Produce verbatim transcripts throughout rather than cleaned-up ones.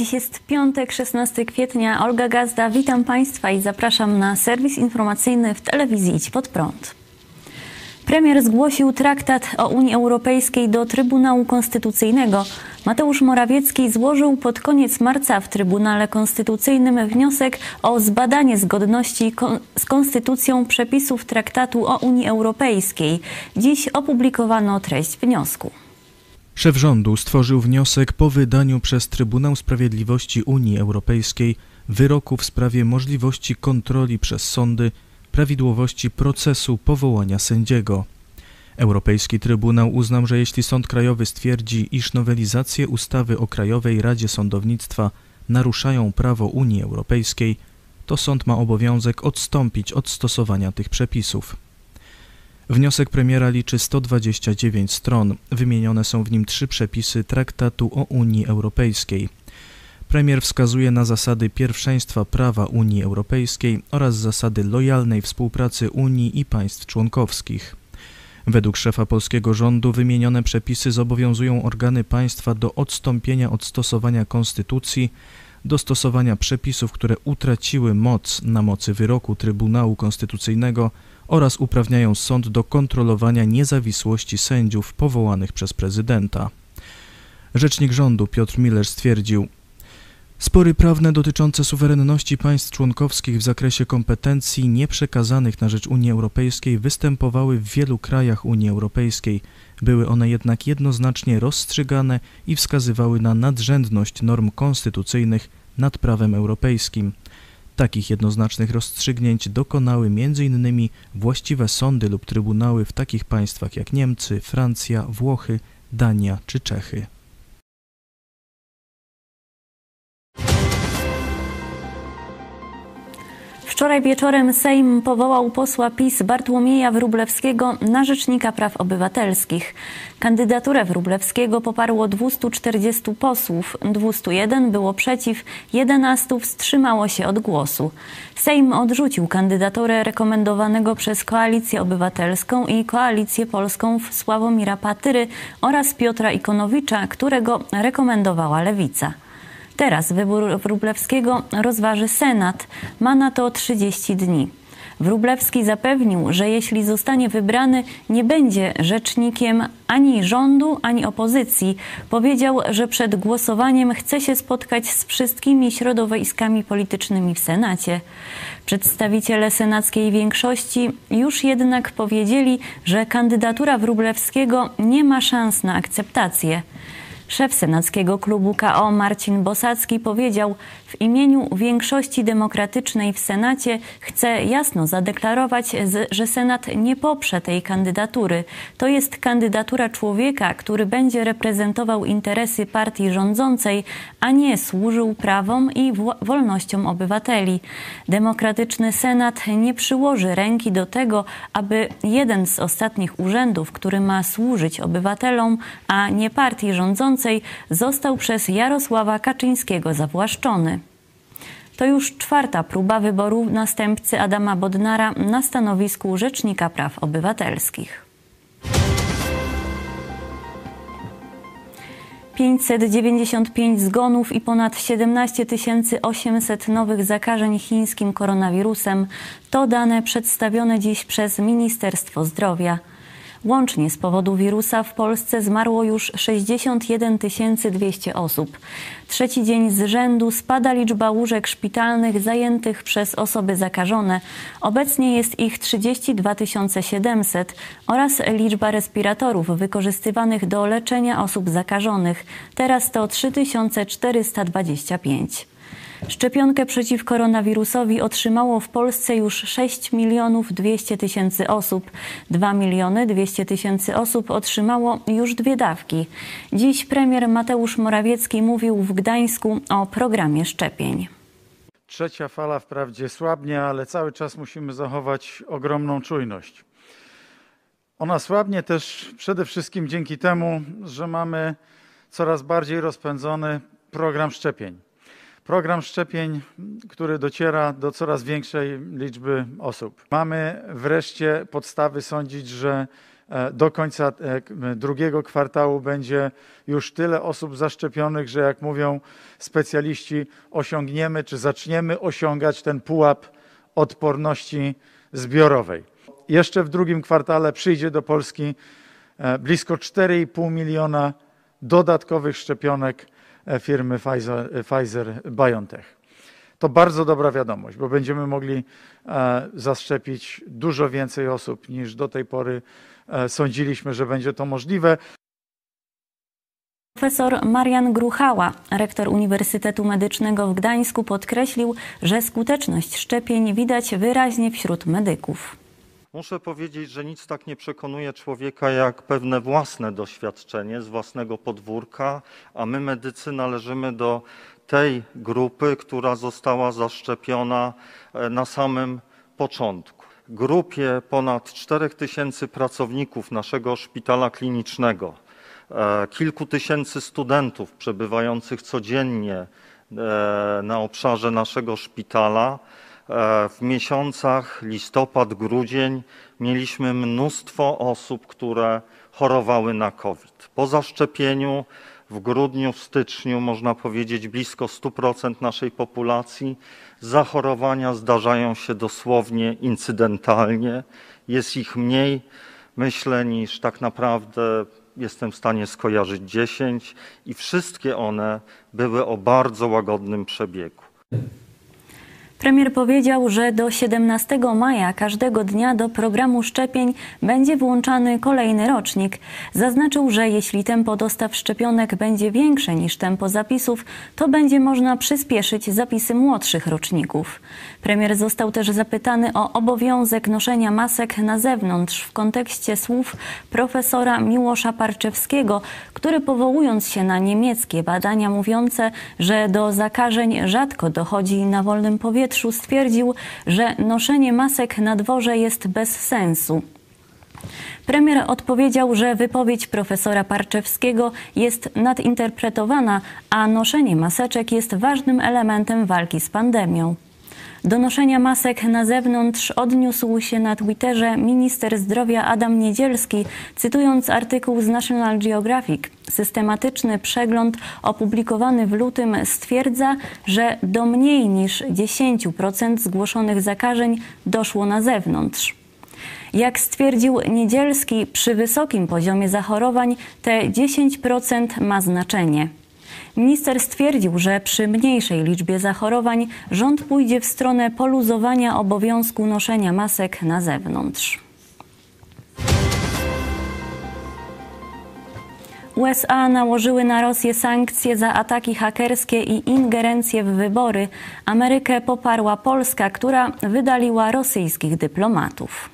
Dziś jest piątek, szesnastego kwietnia. Olga Gazda, witam Państwa i zapraszam na serwis informacyjny w telewizji Idź Pod Prąd. Premier zgłosił traktat o Unii Europejskiej do Trybunału Konstytucyjnego. Mateusz Morawiecki złożył pod koniec marca w Trybunale Konstytucyjnym wniosek o zbadanie zgodności kon- z konstytucją przepisów traktatu o Unii Europejskiej. Dziś opublikowano treść wniosku. Szef rządu stworzył wniosek po wydaniu przez Trybunał Sprawiedliwości Unii Europejskiej wyroku w sprawie możliwości kontroli przez sądy prawidłowości procesu powołania sędziego. Europejski Trybunał uznał, że jeśli Sąd Krajowy stwierdzi, iż nowelizacje ustawy o Krajowej Radzie Sądownictwa naruszają prawo Unii Europejskiej, to sąd ma obowiązek odstąpić od stosowania tych przepisów. Wniosek premiera liczy sto dwadzieścia dziewięć stron. Wymienione są w nim trzy przepisy Traktatu o Unii Europejskiej. Premier wskazuje na zasady pierwszeństwa prawa Unii Europejskiej oraz zasady lojalnej współpracy Unii i państw członkowskich. Według szefa polskiego rządu wymienione przepisy zobowiązują organy państwa do odstąpienia od stosowania konstytucji, do stosowania przepisów, które utraciły moc na mocy wyroku Trybunału Konstytucyjnego oraz uprawniają sąd do kontrolowania niezawisłości sędziów powołanych przez prezydenta. Rzecznik rządu Piotr Müller stwierdził: spory prawne dotyczące suwerenności państw członkowskich w zakresie kompetencji nieprzekazanych na rzecz Unii Europejskiej występowały w wielu krajach Unii Europejskiej. Były one jednak jednoznacznie rozstrzygane i wskazywały na nadrzędność norm konstytucyjnych nad prawem europejskim. Takich jednoznacznych rozstrzygnięć dokonały między innymi właściwe sądy lub trybunały w takich państwach jak Niemcy, Francja, Włochy, Dania czy Czechy. Wczoraj wieczorem Sejm powołał posła PiS Bartłomieja Wróblewskiego na Rzecznika Praw Obywatelskich. Kandydaturę Wróblewskiego poparło dwieście czterdziestu posłów, dwieście jeden było przeciw, jedenastu wstrzymało się od głosu. Sejm odrzucił kandydaturę rekomendowanego przez Koalicję Obywatelską i Koalicję Polską Sławomira Patyry oraz Piotra Ikonowicza, którego rekomendowała Lewica. Teraz wybór Wróblewskiego rozważy Senat. Ma na to trzydzieści dni. Wróblewski zapewnił, że jeśli zostanie wybrany, nie będzie rzecznikiem ani rządu, ani opozycji. Powiedział, że przed głosowaniem chce się spotkać z wszystkimi środowiskami politycznymi w Senacie. Przedstawiciele senackiej większości już jednak powiedzieli, że kandydatura Wróblewskiego nie ma szans na akceptację. Szef senackiego klubu K O Marcin Bosacki powiedział: w imieniu większości demokratycznej w Senacie chcę jasno zadeklarować, że Senat nie poprze tej kandydatury. To jest kandydatura człowieka, który będzie reprezentował interesy partii rządzącej, a nie służył prawom i wolnościom obywateli. Demokratyczny Senat nie przyłoży ręki do tego, aby jeden z ostatnich urzędów, który ma służyć obywatelom, a nie partii rządzącej, został przez Jarosława Kaczyńskiego zawłaszczony. To już czwarta próba wyboru następcy Adama Bodnara na stanowisku Rzecznika Praw Obywatelskich. pięćset dziewięćdziesiąt pięć zgonów i ponad siedemnaście tysięcy osiemset nowych zakażeń chińskim koronawirusem to dane przedstawione dziś przez Ministerstwo Zdrowia. Łącznie z powodu wirusa w Polsce zmarło już sześćdziesiąt jeden tysięcy dwieście osób. Trzeci dzień z rzędu spada liczba łóżek szpitalnych zajętych przez osoby zakażone. Obecnie jest ich trzydzieści dwa tysiące siedemset oraz liczba respiratorów wykorzystywanych do leczenia osób zakażonych. Teraz to trzy tysiące czterysta dwadzieścia pięć. Szczepionkę przeciw koronawirusowi otrzymało w Polsce już sześć milionów dwieście tysięcy osób. dwa miliony dwieście tysięcy osób otrzymało już dwie dawki. Dziś premier Mateusz Morawiecki mówił w Gdańsku o programie szczepień. Trzecia fala wprawdzie słabnie, ale cały czas musimy zachować ogromną czujność. Ona słabnie też przede wszystkim dzięki temu, że mamy coraz bardziej rozpędzony program szczepień. Program szczepień, który dociera do coraz większej liczby osób. Mamy wreszcie podstawy sądzić, że do końca drugiego kwartału będzie już tyle osób zaszczepionych, że jak mówią specjaliści, osiągniemy czy zaczniemy osiągać ten pułap odporności zbiorowej. Jeszcze w drugim kwartale przyjdzie do Polski blisko cztery i pół miliona dodatkowych szczepionek firmy Pfizer, Pfizer-BioNTech. To bardzo dobra wiadomość, bo będziemy mogli zaszczepić dużo więcej osób niż do tej pory sądziliśmy, że będzie to możliwe. Profesor Marian Gruchała, rektor Uniwersytetu Medycznego w Gdańsku, podkreślił, że skuteczność szczepień widać wyraźnie wśród medyków. Muszę powiedzieć, że nic tak nie przekonuje człowieka jak pewne własne doświadczenie z własnego podwórka, a my medycy należymy do tej grupy, która została zaszczepiona na samym początku. Grupie ponad czterech tysięcy pracowników naszego szpitala klinicznego, kilku tysięcy studentów przebywających codziennie na obszarze naszego szpitala, w miesiącach listopad, grudzień mieliśmy mnóstwo osób, które chorowały na COVID. Po zaszczepieniu w grudniu, w styczniu, można powiedzieć, blisko sto procent naszej populacji zachorowania zdarzają się dosłownie incydentalnie. Jest ich mniej, myślę, niż tak naprawdę jestem w stanie skojarzyć dziesięć i wszystkie one były o bardzo łagodnym przebiegu. Premier powiedział, że do siedemnastego maja każdego dnia do programu szczepień będzie włączany kolejny rocznik. Zaznaczył, że jeśli tempo dostaw szczepionek będzie większe niż tempo zapisów, to będzie można przyspieszyć zapisy młodszych roczników. Premier został też zapytany o obowiązek noszenia masek na zewnątrz w kontekście słów profesora Miłosza Parczewskiego, który powołując się na niemieckie badania mówiące, że do zakażeń rzadko dochodzi na wolnym powietrzu, stwierdził, że noszenie masek na dworze jest bez sensu. Premier odpowiedział, że wypowiedź profesora Parczewskiego jest nadinterpretowana, a noszenie maseczek jest ważnym elementem walki z pandemią. Do noszenia masek na zewnątrz odniósł się na Twitterze minister zdrowia Adam Niedzielski, cytując artykuł z National Geographic. Systematyczny przegląd opublikowany w lutym stwierdza, że do mniej niż dziesięć procent zgłoszonych zakażeń doszło na zewnątrz. Jak stwierdził Niedzielski, przy wysokim poziomie zachorowań te dziesięć procent ma znaczenie. Minister stwierdził, że przy mniejszej liczbie zachorowań rząd pójdzie w stronę poluzowania obowiązku noszenia masek na zewnątrz. U S A nałożyły na Rosję sankcje za ataki hakerskie i ingerencję w wybory. Amerykę poparła Polska, która wydaliła rosyjskich dyplomatów.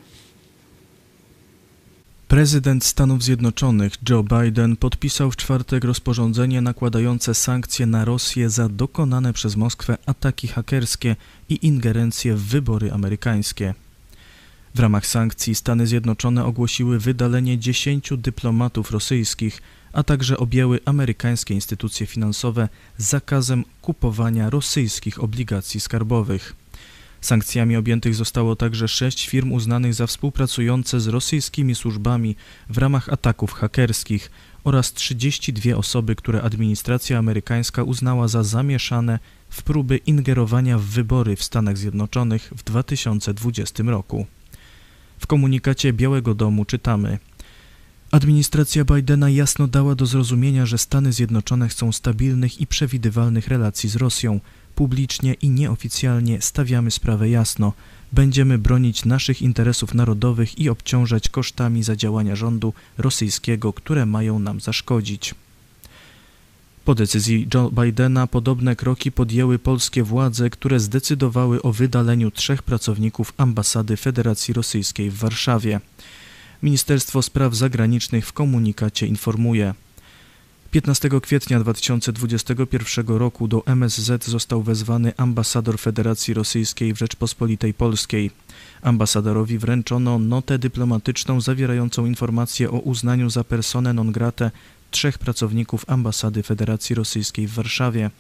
Prezydent Stanów Zjednoczonych Joe Biden podpisał w czwartek rozporządzenie nakładające sankcje na Rosję za dokonane przez Moskwę ataki hakerskie i ingerencje w wybory amerykańskie. W ramach sankcji Stany Zjednoczone ogłosiły wydalenie dziesięciu dyplomatów rosyjskich, a także objęły amerykańskie instytucje finansowe zakazem kupowania rosyjskich obligacji skarbowych. Sankcjami objętych zostało także sześć firm uznanych za współpracujące z rosyjskimi służbami w ramach ataków hakerskich oraz trzydzieści dwie osoby, które administracja amerykańska uznała za zamieszane w próby ingerowania w wybory w Stanach Zjednoczonych w dwa tysiące dwudziestym roku. W komunikacie Białego Domu czytamy: Administracja Bidena jasno dała do zrozumienia, że Stany Zjednoczone chcą stabilnych i przewidywalnych relacji z Rosją. Publicznie i nieoficjalnie stawiamy sprawę jasno. Będziemy bronić naszych interesów narodowych i obciążać kosztami za działania rządu rosyjskiego, które mają nam zaszkodzić. Po decyzji Joe Bidena podobne kroki podjęły polskie władze, które zdecydowały o wydaleniu trzech pracowników ambasady Federacji Rosyjskiej w Warszawie. Ministerstwo Spraw Zagranicznych w komunikacie informuje: piętnastego kwietnia dwa tysiące dwudziestego pierwszego roku do M S Z został wezwany ambasador Federacji Rosyjskiej w Rzeczpospolitej Polskiej. Ambasadorowi wręczono notę dyplomatyczną zawierającą informację o uznaniu za personę non grate trzech pracowników ambasady Federacji Rosyjskiej w Warszawie.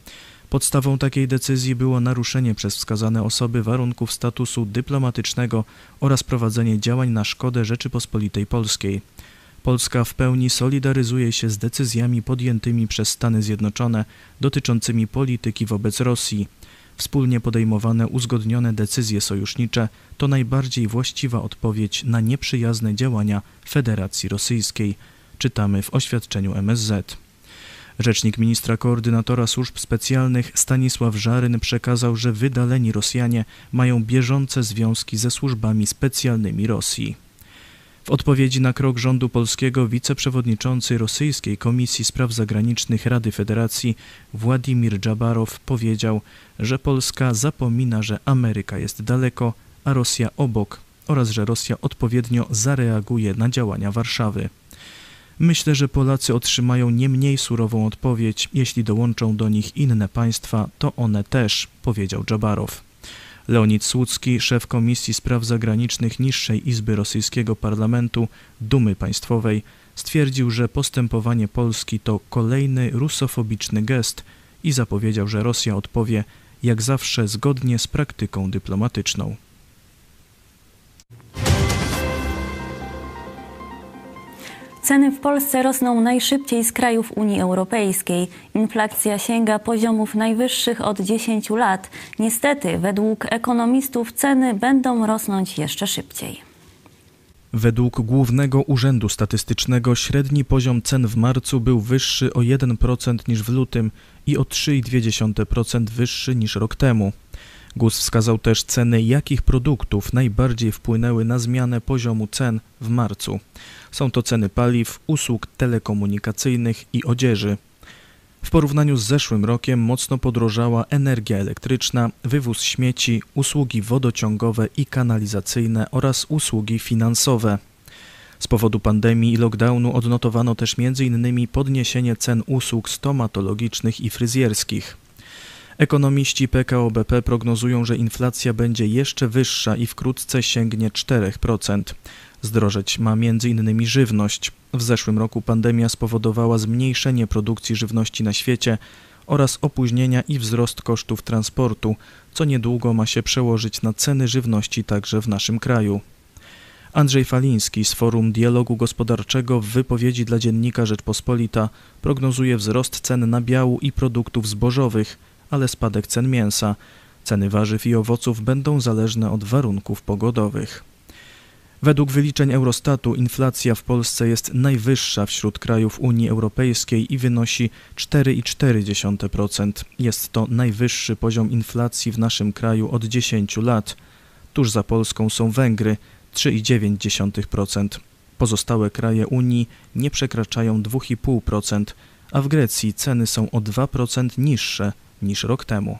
Podstawą takiej decyzji było naruszenie przez wskazane osoby warunków statusu dyplomatycznego oraz prowadzenie działań na szkodę Rzeczypospolitej Polskiej. Polska w pełni solidaryzuje się z decyzjami podjętymi przez Stany Zjednoczone dotyczącymi polityki wobec Rosji. Wspólnie podejmowane uzgodnione decyzje sojusznicze to najbardziej właściwa odpowiedź na nieprzyjazne działania Federacji Rosyjskiej, czytamy w oświadczeniu M S Z. Rzecznik ministra koordynatora służb specjalnych Stanisław Żaryn przekazał, że wydaleni Rosjanie mają bieżące związki ze służbami specjalnymi Rosji. W odpowiedzi na krok rządu polskiego wiceprzewodniczący Rosyjskiej Komisji Spraw Zagranicznych Rady Federacji Władimir Dżabarow powiedział, że Polska zapomina, że Ameryka jest daleko, a Rosja obok oraz że Rosja odpowiednio zareaguje na działania Warszawy. Myślę, że Polacy otrzymają nie mniej surową odpowiedź, jeśli dołączą do nich inne państwa, to one też, powiedział Dżabarow. Leonid Słucki, szef Komisji Spraw Zagranicznych Niższej Izby Rosyjskiego Parlamentu Dumy Państwowej, stwierdził, że postępowanie Polski to kolejny rusofobiczny gest i zapowiedział, że Rosja odpowie jak zawsze zgodnie z praktyką dyplomatyczną. Ceny w Polsce rosną najszybciej z krajów Unii Europejskiej. Inflacja sięga poziomów najwyższych od dziesięciu lat. Niestety, według ekonomistów ceny będą rosnąć jeszcze szybciej. Według Głównego Urzędu Statystycznego średni poziom cen w marcu był wyższy o jeden procent niż w lutym i o trzy przecinek dwa procent wyższy niż rok temu. G U S wskazał też ceny, jakich produktów najbardziej wpłynęły na zmianę poziomu cen w marcu. Są to ceny paliw, usług telekomunikacyjnych i odzieży. W porównaniu z zeszłym rokiem mocno podrożała energia elektryczna, wywóz śmieci, usługi wodociągowe i kanalizacyjne oraz usługi finansowe. Z powodu pandemii i lockdownu odnotowano też między innymi podniesienie cen usług stomatologicznych i fryzjerskich. Ekonomiści P K O B P prognozują, że inflacja będzie jeszcze wyższa i wkrótce sięgnie cztery procent. Zdrożeć ma między innymi żywność. W zeszłym roku pandemia spowodowała zmniejszenie produkcji żywności na świecie oraz opóźnienia i wzrost kosztów transportu, co niedługo ma się przełożyć na ceny żywności także w naszym kraju. Andrzej Faliński z Forum Dialogu Gospodarczego w wypowiedzi dla dziennika Rzeczpospolita prognozuje wzrost cen nabiału i produktów zbożowych, ale spadek cen mięsa. Ceny warzyw i owoców będą zależne od warunków pogodowych. Według wyliczeń Eurostatu inflacja w Polsce jest najwyższa wśród krajów Unii Europejskiej i wynosi cztery przecinek cztery procent. Jest to najwyższy poziom inflacji w naszym kraju od dziesięciu lat. Tuż za Polską są Węgry, trzy przecinek dziewięć procent. Pozostałe kraje Unii nie przekraczają dwa przecinek pięć procent, a w Grecji ceny są o dwa procent niższe niż rok temu.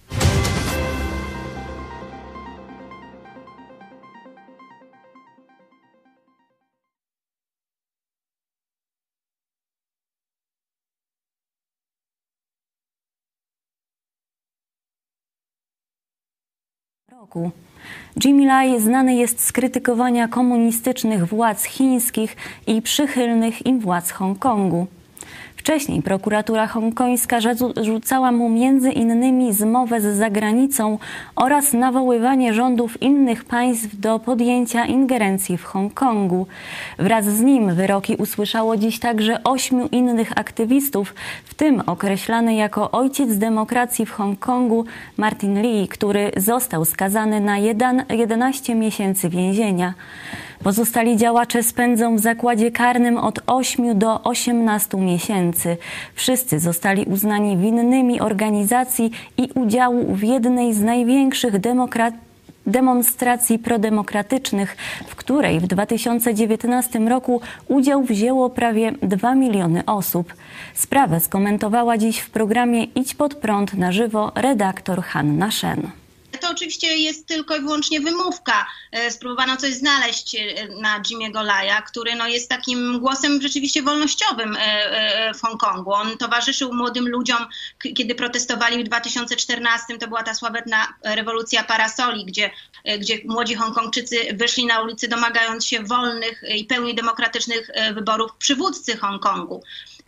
Roku. Jimmy Lai znany jest z krytykowania komunistycznych władz chińskich i przychylnych im władz Hongkongu. Wcześniej prokuratura hongkońska rzucała mu między innymi zmowę z zagranicą oraz nawoływanie rządów innych państw do podjęcia ingerencji w Hongkongu. Wraz z nim wyroki usłyszało dziś także ośmiu innych aktywistów, w tym określany jako ojciec demokracji w Hongkongu Martin Lee, który został skazany na jedenaście miesięcy więzienia. Pozostali działacze spędzą w zakładzie karnym od ośmiu do osiemnastu miesięcy. Wszyscy zostali uznani winnymi organizacji i udziału w jednej z największych demokra- demonstracji prodemokratycznych, w której w dwa tysiące dziewiętnastym roku udział wzięło prawie dwa miliony osób. Sprawę skomentowała dziś w programie Idź pod prąd na żywo redaktor Hanna Shen. To oczywiście jest tylko i wyłącznie wymówka. Spróbowano coś znaleźć na Jimmy'ego Lai'a, który no jest takim głosem rzeczywiście wolnościowym w Hongkongu. On towarzyszył młodym ludziom, kiedy protestowali w dwa tysiące czternastym. To była ta sławetna rewolucja parasoli, gdzie, gdzie młodzi Hongkongczycy wyszli na ulicy, domagając się wolnych i pełni demokratycznych wyborów przywódcy Hongkongu.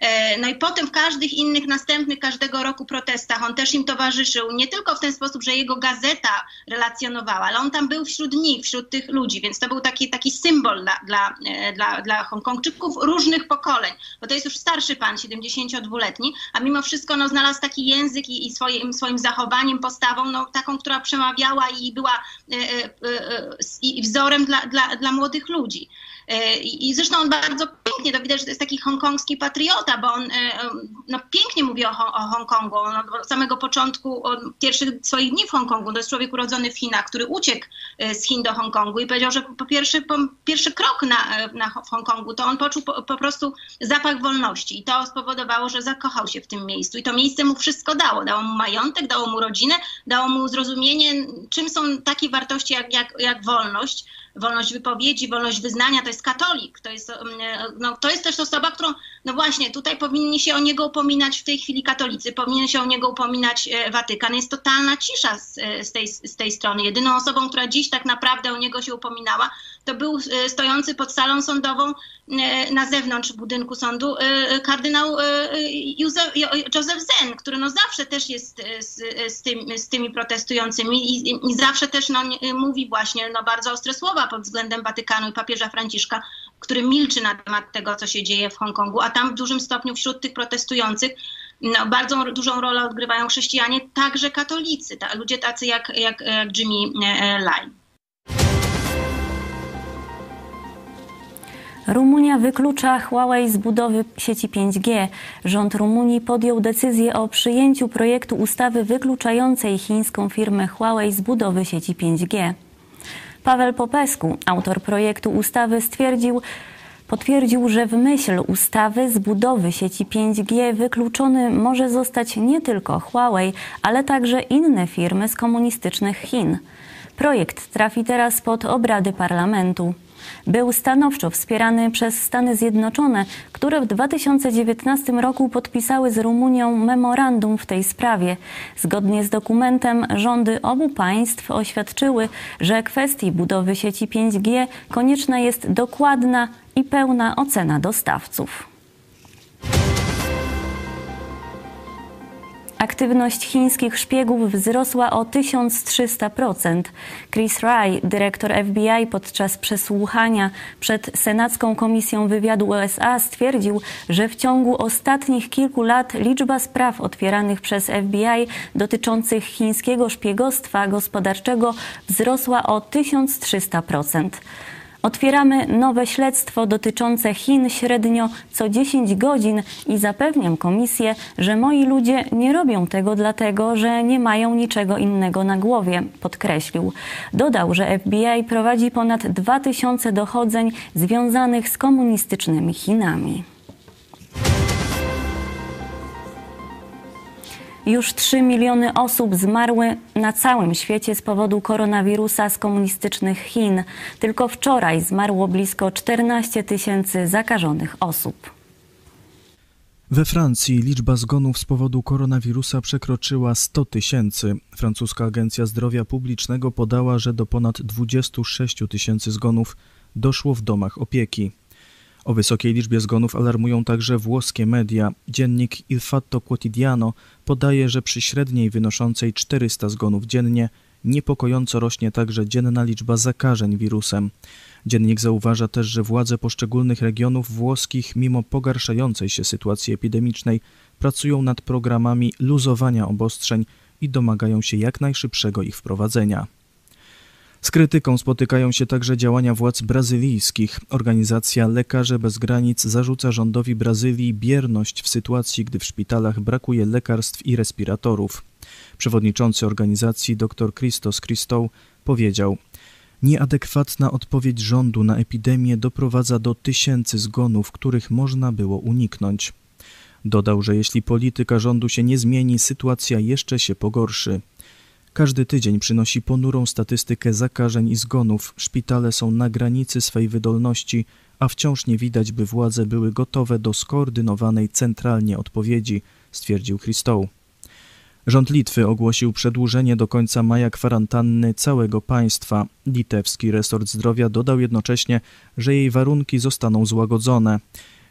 No i potem w każdych innych następnych każdego roku protestach on też im towarzyszył, nie tylko w ten sposób, że jego gazeta relacjonowała, ale on tam był wśród nich, wśród tych ludzi, więc to był taki, taki symbol dla, dla, dla, dla Hongkongczyków różnych pokoleń, bo to jest już starszy pan, siedemdziesięciodwuletni, a mimo wszystko no, znalazł taki język i, i swoim, swoim zachowaniem, postawą, no, taką, która przemawiała i była y, y, y, y, wzorem dla, dla, dla młodych ludzi. I zresztą on bardzo pięknie, to widać, że to jest taki hongkongski patriota, bo on no, pięknie mówi o, o Hongkongu. On od samego początku, od pierwszych swoich dni w Hongkongu, to jest człowiek urodzony w Chinach, który uciekł z Chin do Hongkongu i powiedział, że po pierwszy, po pierwszy krok na, na, w Hongkongu, to on poczuł po, po prostu zapach wolności i to spowodowało, że zakochał się w tym miejscu i to miejsce mu wszystko dało. Dało mu majątek, dało mu rodzinę, dało mu zrozumienie, czym są takie wartości jak, jak, jak wolność. Wolność wypowiedzi, wolność wyznania, to jest katolik, to jest, no, to jest też osoba, którą, no właśnie, tutaj powinni się o niego upominać w tej chwili katolicy, powinien się o niego upominać Watykan. Jest totalna cisza z, z, tej, z tej strony. Jedyną osobą, która dziś tak naprawdę o niego się upominała, to był stojący pod salą sądową na zewnątrz budynku sądu kardynał Józef, Joseph Zen, który no zawsze też jest z, z, tymi, z tymi protestującymi i, i zawsze też no, mówi właśnie no, bardzo ostre słowa pod względem Watykanu i papieża Franciszka, który milczy na temat tego, co się dzieje w Hongkongu, a tam w dużym stopniu wśród tych protestujących no, bardzo dużą rolę odgrywają chrześcijanie, także katolicy, ta, ludzie tacy jak, jak, jak Jimmy Lai. Rumunia wyklucza Huawei z budowy sieci pięć G. Rząd Rumunii podjął decyzję o przyjęciu projektu ustawy wykluczającej chińską firmę Huawei z budowy sieci pięć G. Paweł Popescu, autor projektu ustawy, stwierdził, potwierdził, że w myśl ustawy z budowy sieci pięć G wykluczony może zostać nie tylko Huawei, ale także inne firmy z komunistycznych Chin. Projekt trafi teraz pod obrady parlamentu. Był stanowczo wspierany przez Stany Zjednoczone, które w dwa tysiące dziewiętnastym roku podpisały z Rumunią memorandum w tej sprawie. Zgodnie z dokumentem rządy obu państw oświadczyły, że kwestii budowy sieci pięć G konieczna jest dokładna i pełna ocena dostawców. Aktywność chińskich szpiegów wzrosła o tysiąc trzysta procent. Chris Wray, dyrektor F B I, podczas przesłuchania przed Senacką Komisją Wywiadu U S A stwierdził, że w ciągu ostatnich kilku lat liczba spraw otwieranych przez F B I dotyczących chińskiego szpiegostwa gospodarczego wzrosła o tysiąc trzysta procent. Otwieramy nowe śledztwo dotyczące Chin średnio co dziesięć godzin i zapewniam komisję, że moi ludzie nie robią tego dlatego, że nie mają niczego innego na głowie, podkreślił. Dodał, że F B I prowadzi ponad dwa tysiące dochodzeń związanych z komunistycznymi Chinami. Już trzy miliony osób zmarły na całym świecie z powodu koronawirusa z komunistycznych Chin. Tylko wczoraj zmarło blisko czternaście tysięcy zakażonych osób. We Francji liczba zgonów z powodu koronawirusa przekroczyła sto tysięcy. Francuska Agencja Zdrowia Publicznego podała, że do ponad dwudziestu sześciu tysięcy zgonów doszło w domach opieki. O wysokiej liczbie zgonów alarmują także włoskie media. Dziennik Il Fatto Quotidiano podaje, że przy średniej wynoszącej czterysta zgonów dziennie niepokojąco rośnie także dzienna liczba zakażeń wirusem. Dziennik zauważa też, że władze poszczególnych regionów włoskich, mimo pogarszającej się sytuacji epidemicznej, pracują nad programami luzowania obostrzeń i domagają się jak najszybszego ich wprowadzenia. Z krytyką spotykają się także działania władz brazylijskich. Organizacja Lekarze Bez Granic zarzuca rządowi Brazylii bierność w sytuacji, gdy w szpitalach brakuje lekarstw i respiratorów. Przewodniczący organizacji dr Christos Christou powiedział: nieadekwatna odpowiedź rządu na epidemię doprowadza do tysięcy zgonów, których można było uniknąć. Dodał, że jeśli polityka rządu się nie zmieni, sytuacja jeszcze się pogorszy. Każdy tydzień przynosi ponurą statystykę zakażeń i zgonów. Szpitale są na granicy swej wydolności, a wciąż nie widać, by władze były gotowe do skoordynowanej centralnie odpowiedzi, stwierdził Christou. Rząd Litwy ogłosił przedłużenie do końca maja kwarantanny całego państwa. Litewski resort zdrowia dodał jednocześnie, że jej warunki zostaną złagodzone.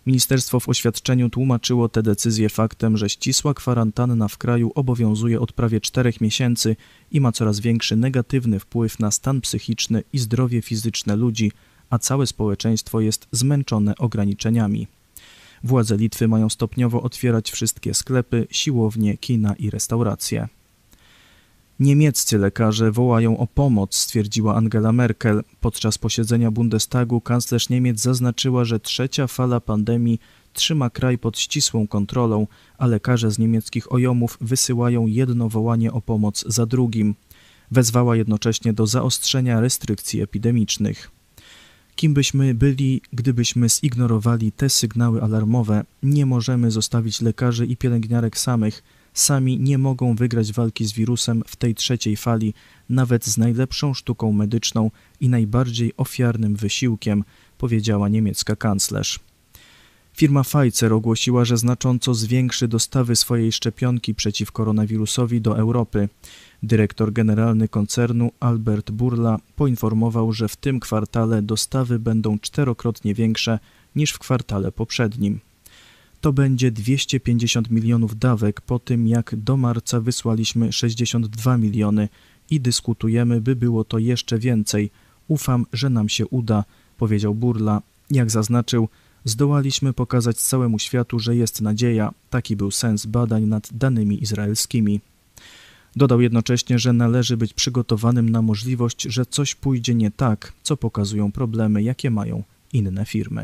Ministerstwo w oświadczeniu tłumaczyło tę decyzję faktem, że ścisła kwarantanna w kraju obowiązuje od prawie czterech miesięcy i ma coraz większy negatywny wpływ na stan psychiczny i zdrowie fizyczne ludzi, a całe społeczeństwo jest zmęczone ograniczeniami. Władze Litwy mają stopniowo otwierać wszystkie sklepy, siłownie, kina i restauracje. Niemieccy lekarze wołają o pomoc, stwierdziła Angela Merkel. Podczas posiedzenia Bundestagu kanclerz Niemiec zaznaczyła, że trzecia fala pandemii trzyma kraj pod ścisłą kontrolą, a lekarze z niemieckich ojomów wysyłają jedno wołanie o pomoc za drugim. Wezwała jednocześnie do zaostrzenia restrykcji epidemicznych. Kim byśmy byli, gdybyśmy zignorowali te sygnały alarmowe? Nie możemy zostawić lekarzy i pielęgniarek samych. Sami nie mogą wygrać walki z wirusem w tej trzeciej fali, nawet z najlepszą sztuką medyczną i najbardziej ofiarnym wysiłkiem, powiedziała niemiecka kanclerz. Firma Pfizer ogłosiła, że znacząco zwiększy dostawy swojej szczepionki przeciw koronawirusowi do Europy. Dyrektor generalny koncernu Albert Bourla poinformował, że w tym kwartale dostawy będą czterokrotnie większe niż w kwartale poprzednim. To będzie dwieście pięćdziesiąt milionów dawek po tym, jak do marca wysłaliśmy sześćdziesiąt dwa miliony i dyskutujemy, by było to jeszcze więcej. Ufam, że nam się uda, powiedział Bourla. Jak zaznaczył, zdołaliśmy pokazać całemu światu, że jest nadzieja. Taki był sens badań nad danymi izraelskimi. Dodał jednocześnie, że należy być przygotowanym na możliwość, że coś pójdzie nie tak, co pokazują problemy, jakie mają inne firmy.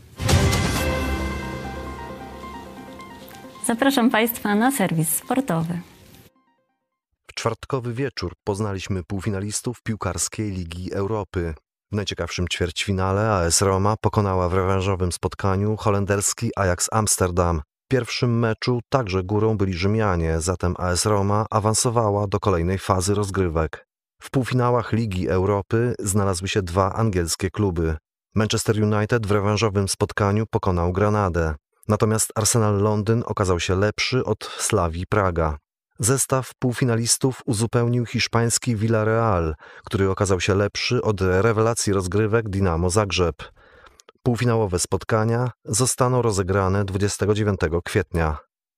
Zapraszam Państwa na serwis sportowy. W czwartkowy wieczór poznaliśmy półfinalistów piłkarskiej Ligi Europy. W najciekawszym ćwierćfinale A S Roma pokonała w rewanżowym spotkaniu holenderski Ajax Amsterdam. W pierwszym meczu także górą byli Rzymianie, zatem A S Roma awansowała do kolejnej fazy rozgrywek. W półfinałach Ligi Europy znalazły się dwa angielskie kluby. Manchester United w rewanżowym spotkaniu pokonał Granadę. Natomiast Arsenal Londyn okazał się lepszy od Slavii Praga. Zestaw półfinalistów uzupełnił hiszpański Villarreal, który okazał się lepszy od rewelacji rozgrywek Dinamo Zagrzeb. Półfinałowe spotkania zostaną rozegrane dwudziestego dziewiątego kwietnia.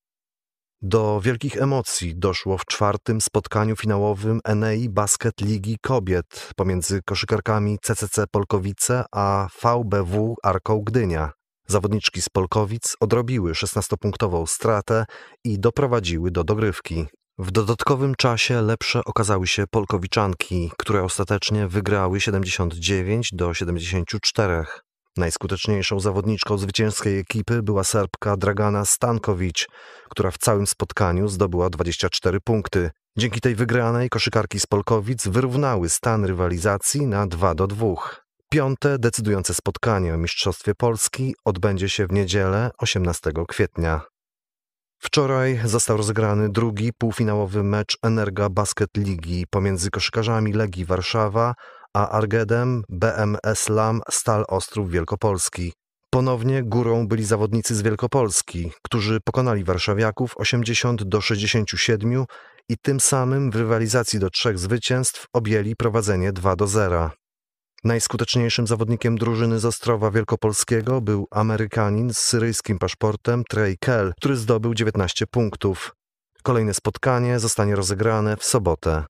Do wielkich emocji doszło w czwartym spotkaniu finałowym Enei Basket Ligi Kobiet pomiędzy koszykarkami C C C Polkowice a V B W Arką Gdynia. Zawodniczki z Polkowic odrobiły szesnastopunktową stratę i doprowadziły do dogrywki. W dodatkowym czasie lepsze okazały się Polkowiczanki, które ostatecznie wygrały siedemdziesiąt dziewięć do siedemdziesięciu czterech. Najskuteczniejszą zawodniczką zwycięskiej ekipy była Serbka Dragana Stanković, która w całym spotkaniu zdobyła dwadzieścia cztery punkty. Dzięki tej wygranej koszykarki z Polkowic wyrównały stan rywalizacji na dwa do dwóch. Piąte decydujące spotkanie o Mistrzostwie Polski odbędzie się w niedzielę osiemnastego kwietnia. Wczoraj został rozegrany drugi półfinałowy mecz Energa Basket Ligi pomiędzy koszykarzami Legii Warszawa a Argedem B M S Lam Stal Ostrów Wielkopolski. Ponownie górą byli zawodnicy z Wielkopolski, którzy pokonali warszawiaków osiemdziesiąt do sześćdziesięciu siedmiu i tym samym w rywalizacji do trzech zwycięstw objęli prowadzenie dwa do zera. Najskuteczniejszym zawodnikiem drużyny z Ostrowa Wielkopolskiego był Amerykanin z syryjskim paszportem Trey Kell, który zdobył dziewiętnaście punktów. Kolejne spotkanie zostanie rozegrane w sobotę.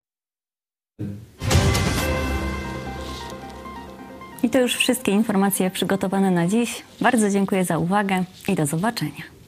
I to już wszystkie informacje przygotowane na dziś. Bardzo dziękuję za uwagę i do zobaczenia.